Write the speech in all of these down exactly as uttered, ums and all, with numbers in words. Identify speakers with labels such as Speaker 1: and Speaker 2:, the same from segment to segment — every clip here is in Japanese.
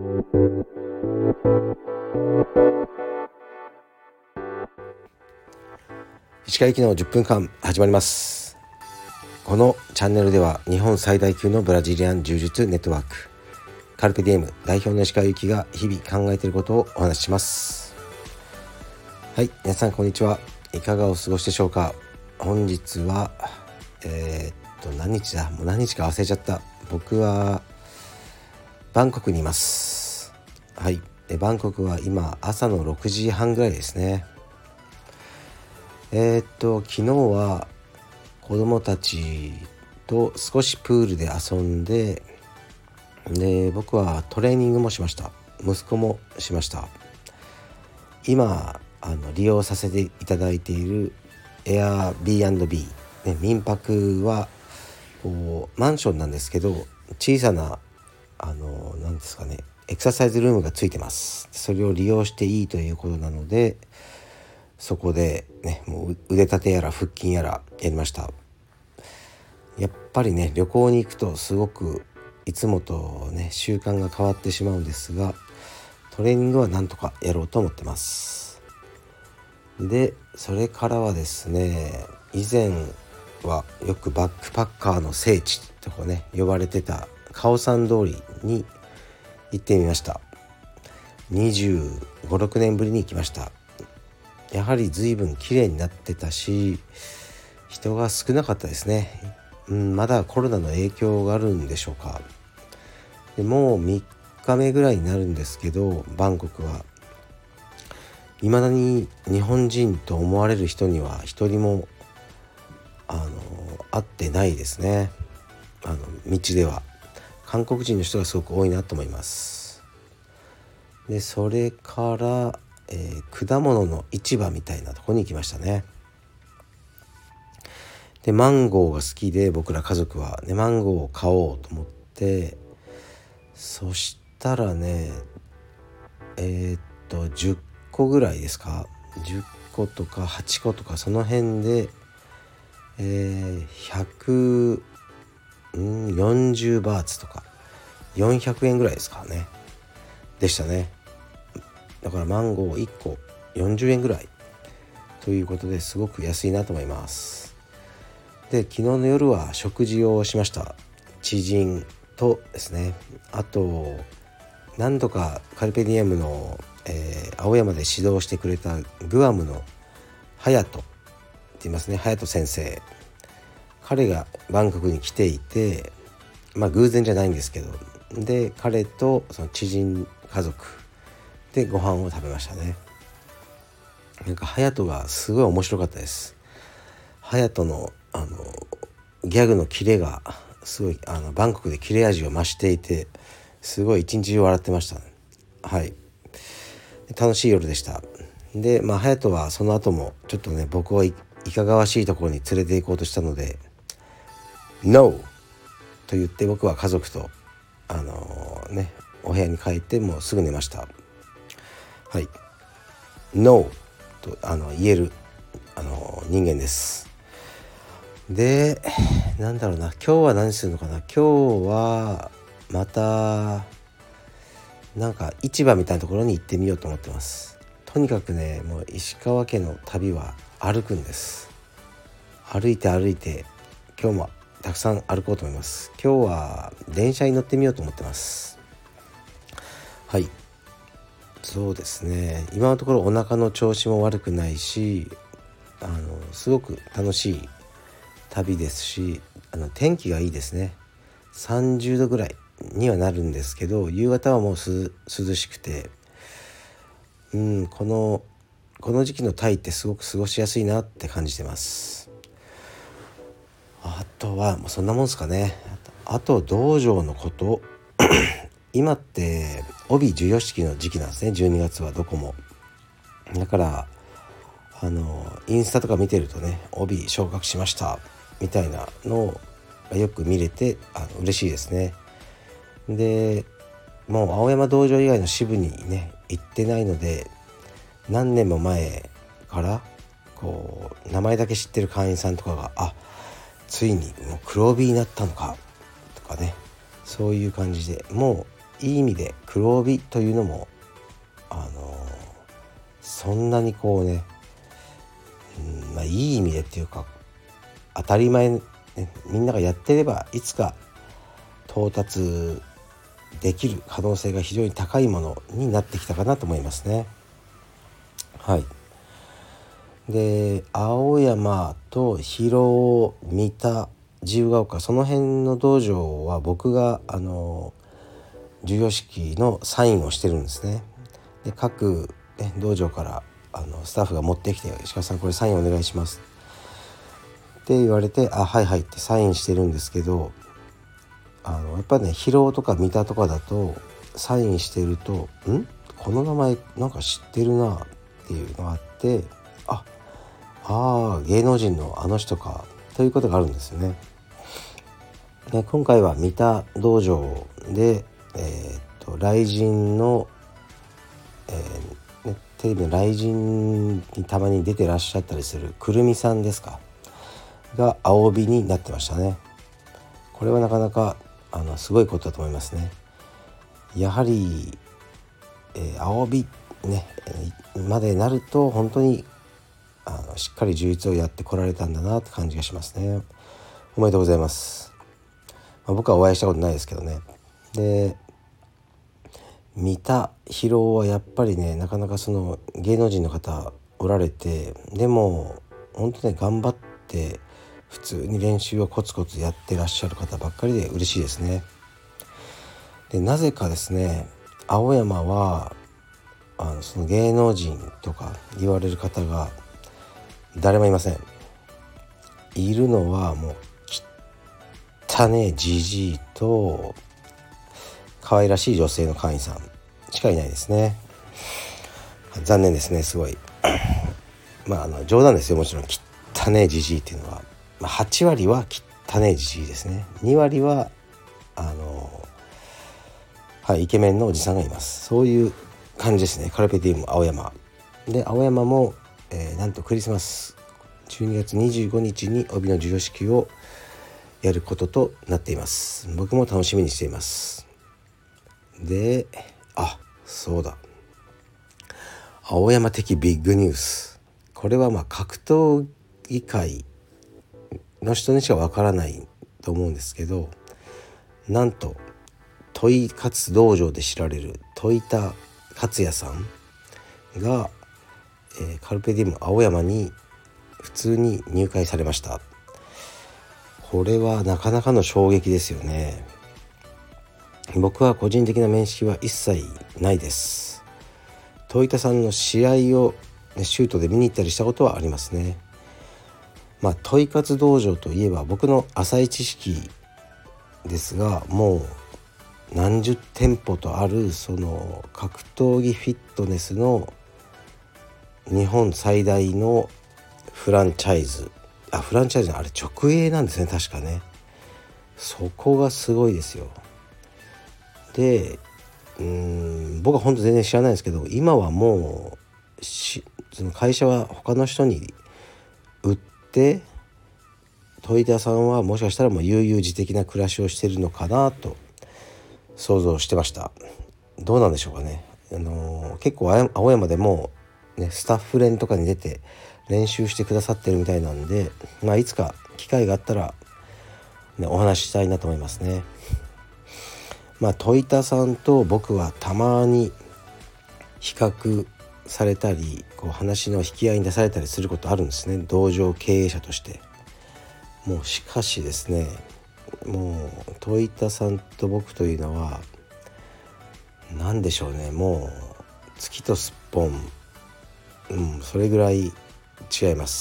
Speaker 1: 石川行きのじゅっぷんかん始まります。このチャンネルでは日本最大級のブラジリアン柔術ネットワークカルペディエム代表の石川行きが日々考えていることをお話しします。はい、皆さんこんにちは。いかがお過ごしでしょうか。本日はえー、っと何日だもう何日か忘れちゃった。僕はバンコクにいます。はい、でバンコクは今朝のろくじはんぐらいですね。えー、っと昨日は子供たちと少しプールで遊んで、で僕はトレーニングもしました。息子もしました。今あの利用させていただいている Airbnb、ね、民泊はこうマンションなんですけど、小さなあの何ですかねエクササイズルームがついてます。それを利用していいということなので、そこでねもう腕立てやら腹筋やらやりました。やっぱりね旅行に行くとすごくいつもとね習慣が変わってしまうんですが、トレーニングはなんとかやろうと思ってます。でそれからはですね、以前はよくバックパッカーの聖地とかね呼ばれてたカオサン通りに行ってみました。にじゅうご、ろくねんぶりに行きました。やはり随分綺麗になってたし、人が少なかったですね。うん、まだコロナの影響があるんでしょうか。でもうみっかめぐらいになるんですけど、バンコクは未だに日本人と思われる人には一人もあの会ってないですね。あの道では韓国人の人がすごく多いなと思います。でそれから、えー、果物の市場みたいなところに行きましたね。でマンゴーが好きで、僕ら家族はねマンゴーを買おうと思って、そしたらねえー、っとじゅっこぐらいですか、じゅっことかはちことかその辺で、えー、ひゃくよんじゅうバーツとかよんひゃくえんぐらいですかねでしたね。だからマンゴーいっこよんじゅうえんぐらいということで、すごく安いなと思います。で昨日の夜は食事をしました。知人とですね、あと何度かカルペディエムの、えー、青山で指導してくれたグアムのハヤトって言いますね、ハヤト先生。彼がバンコクに来ていて、まあ偶然じゃないんですけど、で彼とその知人家族でご飯を食べましたね。なんかハヤトがすごい面白かったです。ハヤトのあのギャグのキレがすごい、あのバンコクで切れ味を増していて、すごい一日中笑ってましたね。はい、楽しい夜でした。でまあハヤトはその後もちょっとね僕をいかがわしいところに連れて行こうとしたので ノー と言って、僕は家族とあのー、ねお部屋に帰ってもうすぐ寝ました。はい、ノー とあの言えるあの人間です。でなんだろうな、今日は何するのかな。今日はまたなんか市場みたいなところに行ってみようと思ってます。とにかくねもう石川家の旅は歩くんです。歩いて歩いて今日もたくさん歩こうと思います。今日は電車に乗ってみようと思ってます。はい、そうですね、今のところお腹の調子も悪くないし、あのすごく楽しい旅ですし、あの天気がいいですね。さんじゅうどぐらいにはなるんですけど、夕方はもうす涼しくて、うんこのこの時期のタイってすごく過ごしやすいなって感じてます。あとはもうそんなもんですかね。あと道場のこと今って帯授与式の時期なんですね。じゅうにがつはどこもだから、あのインスタとか見てるとね帯昇格しましたみたいなのをよく見れて、あの嬉しいですね。でもう青山道場以外の支部にね行ってないので、何年も前からこう名前だけ知ってる会員さんとかが、あついにもう黒帯になったのかとかね、そういう感じでもいい意味で黒帯というのもあのそんなにこうね、うんまあ、いい意味でっていうか当たり前、ね、みんながやってればいつか到達できる可能性が非常に高いものになってきたかなと思いますね。はい。で青山と広尾、三田、自由が丘、その辺の道場は僕があの授業式のサインをしてるんですね。で各、ね、道場からあのスタッフが持ってきて、石川さんこれサインお願いしますって言われて、あはいはいってサインしてるんですけど、あのやっぱね広尾とか三田とかだとサインしてるとんこの名前なんか知ってるなっていうのがあって、ああ芸能人のあの人かということがあるんですよね。で今回は三田道場で、えー、っと雷神の、えーね、テレビの雷神にたまに出てらっしゃったりするくるみさんですかが青帯になってましたね。これはなかなかあのすごいことだと思いますね。やはり、えー、青帯ね、えー、までなると本当にあのしっかり充実をやってこられたんだなって感じがしますね。おめでとうございます。まあ、僕はお会いしたことないですけどね。で三田広尾はやっぱりねなかなかその芸能人の方おられて、でも本当ね頑張って普通に練習をコツコツやってらっしゃる方ばっかりで嬉しいですね。でなぜかですね青山はあのその芸能人とか言われる方が誰もいません。いるのはもう汚ねえじじいと可愛らしい女性の会員さんしかいないですね。残念ですね。すごいまああの冗談ですよ。もちろん汚ねえじじいっていうのは、まあ、はち割は汚ねえじじいですね。に割はあのはいイケメンのおじさんがいます。そういう感じですね。カルペディウム青山で、青山も、えー、なんとクリスマスじゅうにがつにじゅうごにちに帯の授与式をやることとなっています。僕も楽しみにしています。で、あ、そうだ。青山的ビッグニュース。これはまあ格闘技界の人にしかわからないと思うんですけど、なんとトイ活道場で知られる戸田克也さんが、えー、カルペディウム青山に普通に入会されました。これはなかなかの衝撃ですよね。僕は個人的な面識は一切ないです。戸田さんの試合を、ね、シュートで見に行ったりしたことはありますね。まあトイ活道場といえば僕の浅い知識ですが、もう何十店舗とあるその格闘技フィットネスの日本最大のフランチャイズ、あフランチャイズあれ直営なんですね確かね。そこがすごいですよ。でうーん僕は本当全然知らないんですけど、今はもうしその会社は他の人に売って、戸田さんはもしかしたらもう悠々自適な暮らしをしているのかなと想像してました。どうなんでしょうかね。あのー、結構青山でも、ね、スタッフ連とかに出て練習してくださってるみたいなんで、まあ、いつか機会があったら、ね、お話ししたいなと思いますね。まあ戸田さんと僕はたまに比較されたり、こう話の引き合いに出されたりすることあるんですね、道場経営者として。もうしかしですね、もう戸田さんと僕というのは何でしょうね、もう月とすっぽん、うん、それぐらい違います。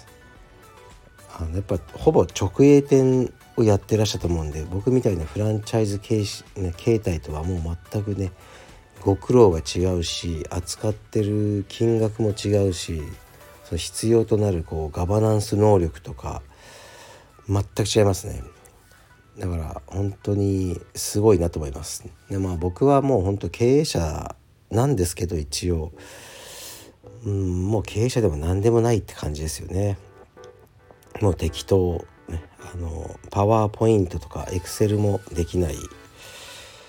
Speaker 1: あのやっぱほぼ直営店をやってらっしゃると思うんで、僕みたいなフランチャイズ形式、ね、形態とはもう全くねご苦労が違うし、扱ってる金額も違うし、その必要となるこうガバナンス能力とか全く違いますね。だから本当にすごいなと思います。で、まあ、僕はもう本当経営者なんですけど、一応、うん、もう経営者でも何でもないって感じですよね。もう適当、ね、あのパワーポイントとかエクセルもできない、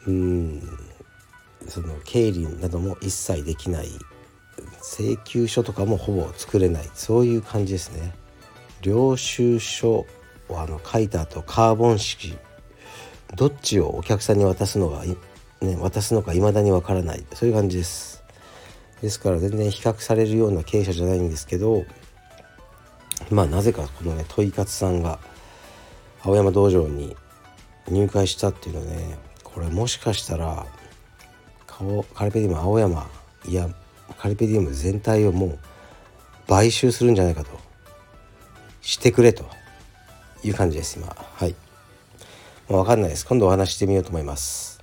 Speaker 1: うーんその経理なども一切できない、請求書とかもほぼ作れない、そういう感じですね。領収書をあの書いた後カーボン式、どっちをお客さんに渡すのが、ね、渡すのか未だにわからない、そういう感じです。ですから全然比較されるような経営者じゃないんですけど、まあなぜかこのね問い勝さんが青山道場に入会したっていうのね、これもしかしたらカルペディウム青山、いやカルペディウム全体をもう買収するんじゃないかと、してくれという感じです今。はい、もう分かんないです。今度お話してみようと思います。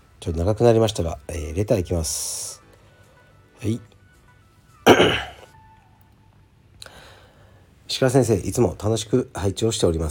Speaker 1: ちょっと長くなりましたが、えー、レターいきます。はい石川先生、いつも楽しく拝聴しております。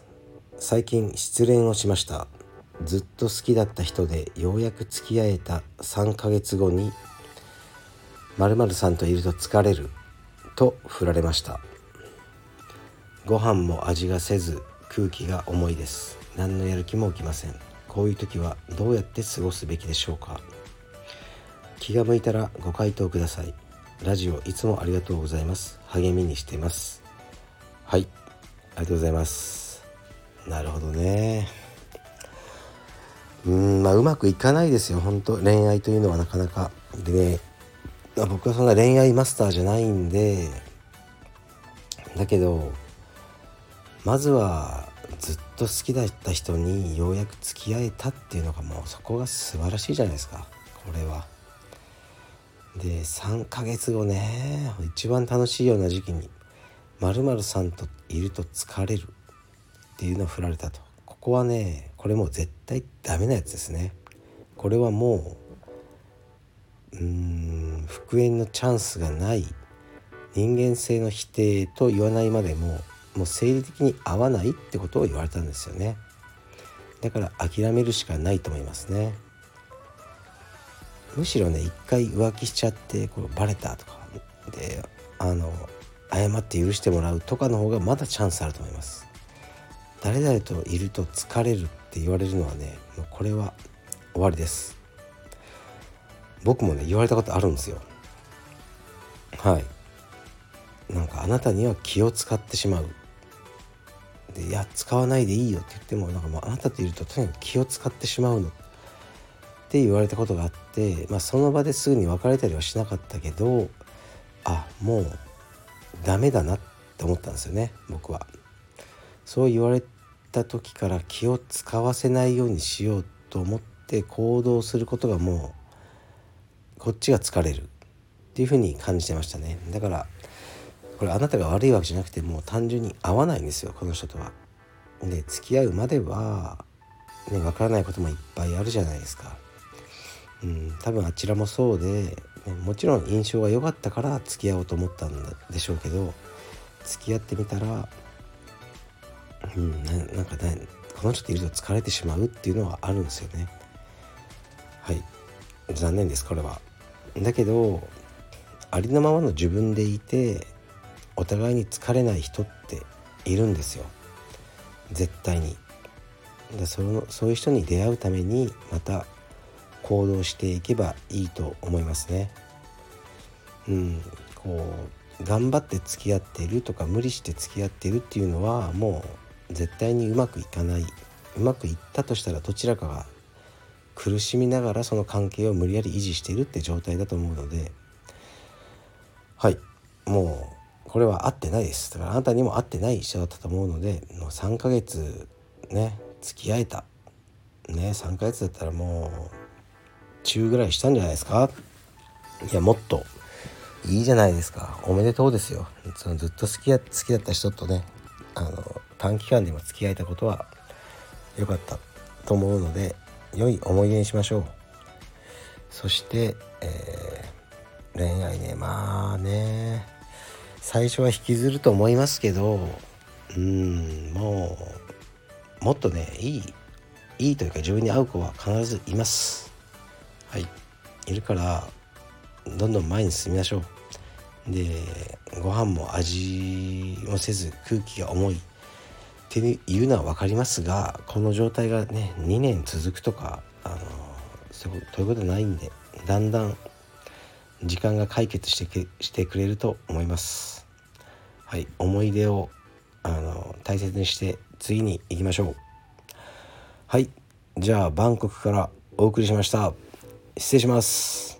Speaker 1: 最近失恋をしました。ずっと好きだった人でようやく付き合えたさんかげつごに〇〇さんといると疲れると振られました。ご飯も味がせず空気が重いです。何のやる気も起きません。こういう時はどうやって過ごすべきでしょうか。気が向いたらご回答ください。ラジオいつもありがとうございます。励みにしています。はい、ありがとうございます。なるほどね。うーんまあうまくいかないですよ本当、恋愛というのはなかなかでね。僕はそんな恋愛マスターじゃないんで、だけどまずはずっと好きだった人にようやく付き合えたっていうのが、もうそこが素晴らしいじゃないですか、これは。でさんかげつごね、一番楽しいような時期に〇〇さんといると疲れるっていうのを振られたと。ここはね、これもう絶対ダメなやつですね。これはもううーん復縁のチャンスがない、人間性の否定と言わないまでももう生理的に合わないってことを言われたんですよね。だから諦めるしかないと思いますね。むしろね、一回浮気しちゃってこれバレたとかで、あの謝って許してもらうとかの方がまだチャンスあると思います。誰々といると疲れるって言われるのはね、もうこれは終わりです。僕もね言われたことあるんですよ。はい、なんかあなたには気を使ってしまうで、いや使わないでいいよって言っても、なんかもうあなたといるととにかく気を使ってしまうのって言われたことがあって、まあその場ですぐに別れたりはしなかったけど、あもうダメだなって思ったんですよね。僕はそう言われた時から気を使わせないようにしようと思って行動することが、もうこっちが疲れるっていうふうに感じてましたね。だからこれあなたが悪いわけじゃなくて、もう単純に合わないんですよこの人とは。で付き合うまではね、分からないこともいっぱいあるじゃないですか。うん、多分あちらもそうで、ね、もちろん印象が良かったから付き合おうと思ったんでしょうけど、付き合ってみたら、うん、な, なんかねこの人といると疲れてしまうっていうのはあるんですよね。はい、残念ですこれは。だけどありのままの自分でいてお互いに疲れない人っているんですよ、絶対に。だそのそういう人に出会うためにまた行動していけばいいと思いますね。うん、こう頑張って付き合っているとか無理して付き合っているっていうのはもう絶対にうまくいかない。うまくいったとしたらどちらかが苦しみながらその関係を無理やり維持しているって状態だと思うので、はい、もうこれは合ってないです。だからあなたにも合ってない人だったと思うので、もうさんかげつね付き合えたね、さんかげつだったらもう中ぐらいしたんじゃないですか。いやもっといいじゃないですか。おめでとうですよ。そのずっと好きや好きだった人とね、あの短期間でも付き合えたことは良かったと思うので、良い思い出にしましょう。そして、えー、恋愛ね、まあね最初は引きずると思いますけど、うーんもうもっとねいいいいというか自分に合う子は必ずいます。はい、いるからどんどん前に進みましょう。でご飯も味もせず空気が重いっていうのは分かりますが、この状態がねにねん続くとか、あのそういうことないんで、だんだん時間が解決してけしてくれると思います。はい、思い出をあの大切にして次に行きましょう。はい、じゃあバンコクからお送りしました。失礼します。